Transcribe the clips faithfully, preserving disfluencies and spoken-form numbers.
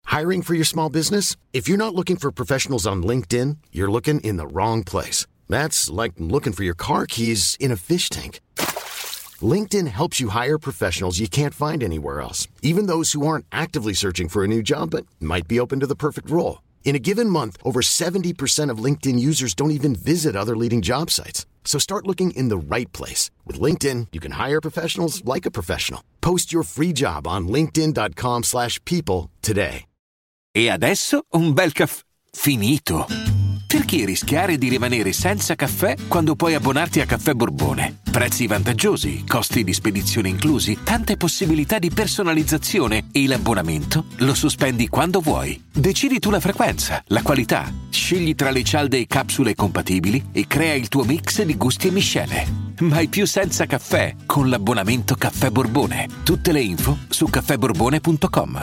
Hiring for your small business? If you're not looking for professionals on LinkedIn, you're looking in the wrong place. That's like looking for your car keys in a fish tank. LinkedIn helps you hire professionals you can't find anywhere else, even those who aren't actively searching for a new job but might be open to the perfect role. In a given month, over seventy percent of LinkedIn users don't even visit other leading job sites. So start looking in the right place. With LinkedIn, you can hire professionals like a professional. Post your free job on linkedin.com slash people today. E adesso un bel caffè finito. Perché rischiare di rimanere senza caffè quando puoi abbonarti a Caffè Borbone? Prezzi vantaggiosi, costi di spedizione inclusi, tante possibilità di personalizzazione e l'abbonamento lo sospendi quando vuoi. Decidi tu la frequenza, la qualità, scegli tra le cialde e capsule compatibili e crea il tuo mix di gusti e miscele. Mai più senza caffè con l'abbonamento Caffè Borbone. Tutte le info su caffè borbone punto com.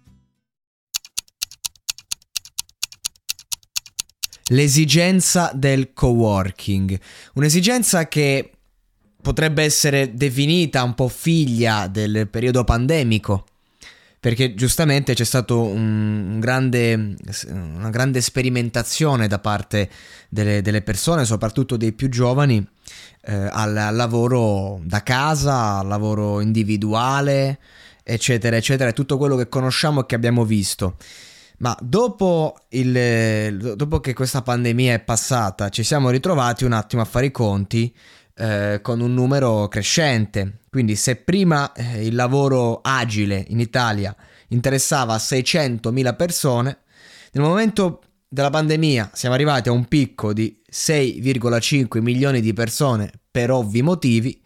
L'esigenza del coworking, un'esigenza che potrebbe essere definita un po' figlia del periodo pandemico, perché giustamente c'è stato un, un grande, una grande sperimentazione da parte delle, delle persone, soprattutto dei più giovani, eh, al, al lavoro da casa, al lavoro individuale, eccetera, eccetera, tutto quello che conosciamo e che abbiamo visto. Ma dopo, il, dopo che questa pandemia è passata, ci siamo ritrovati un attimo a fare i conti eh, con un numero crescente. Quindi se prima eh, il lavoro agile in Italia interessava seicentomila persone, nel momento della pandemia siamo arrivati a un picco di sei virgola cinque milioni di persone per ovvi motivi.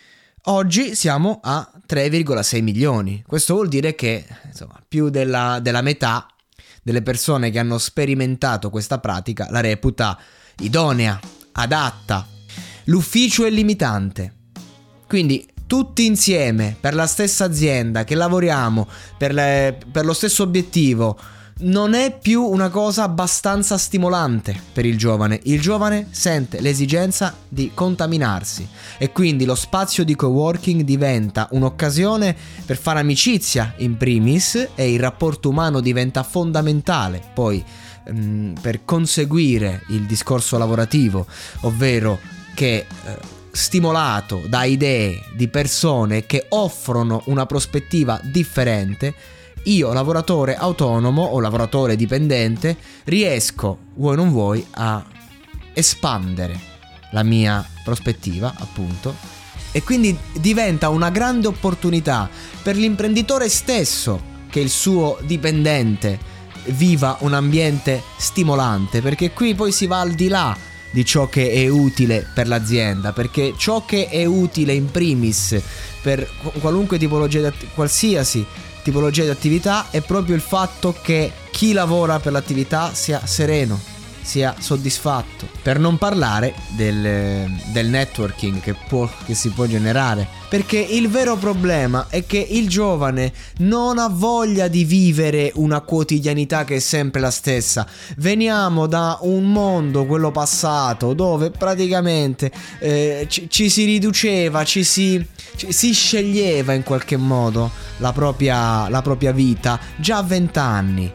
Oggi siamo a tre virgola sei milioni. Questo vuol dire che insomma, più della, della metà delle persone che hanno sperimentato questa pratica la reputa idonea, adatta. L'ufficio è limitante. Quindi tutti insieme, per la stessa azienda, che lavoriamo per, le, per lo stesso obiettivo, non è più una cosa abbastanza stimolante per il giovane. Il giovane sente l'esigenza di contaminarsi e quindi lo spazio di coworking diventa un'occasione per fare amicizia in primis, e il rapporto umano diventa fondamentale poi mh, per conseguire il discorso lavorativo, ovvero che eh, stimolato da idee di persone che offrono una prospettiva differente, io, lavoratore autonomo o lavoratore dipendente, riesco, vuoi o non vuoi, a espandere la mia prospettiva, appunto, e quindi diventa una grande opportunità per l'imprenditore stesso che il suo dipendente viva un ambiente stimolante, perché qui poi si va al di là di ciò che è utile per l'azienda, perché ciò che è utile in primis per qualunque tipologia di att- qualsiasi tipologia di attività è proprio il fatto che chi lavora per l'attività sia sereno, sia soddisfatto. Per non parlare del, del networking che, può, che si può generare, perché il vero problema è che il giovane non ha voglia di vivere una quotidianità che è sempre la stessa. Veniamo da un mondo, quello passato, dove praticamente eh, ci, ci si riduceva, ci si, ci si sceglieva in qualche modo la propria, la propria vita già a vent'anni.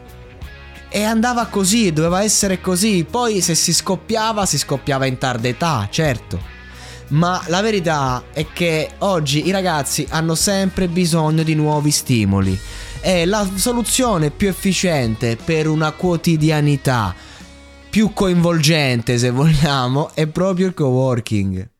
E andava così, doveva essere così. Poi se si scoppiava, si scoppiava in tarda età, certo. Ma la verità è che oggi i ragazzi hanno sempre bisogno di nuovi stimoli. E la soluzione più efficiente per una quotidianità più coinvolgente, se vogliamo, è proprio il coworking.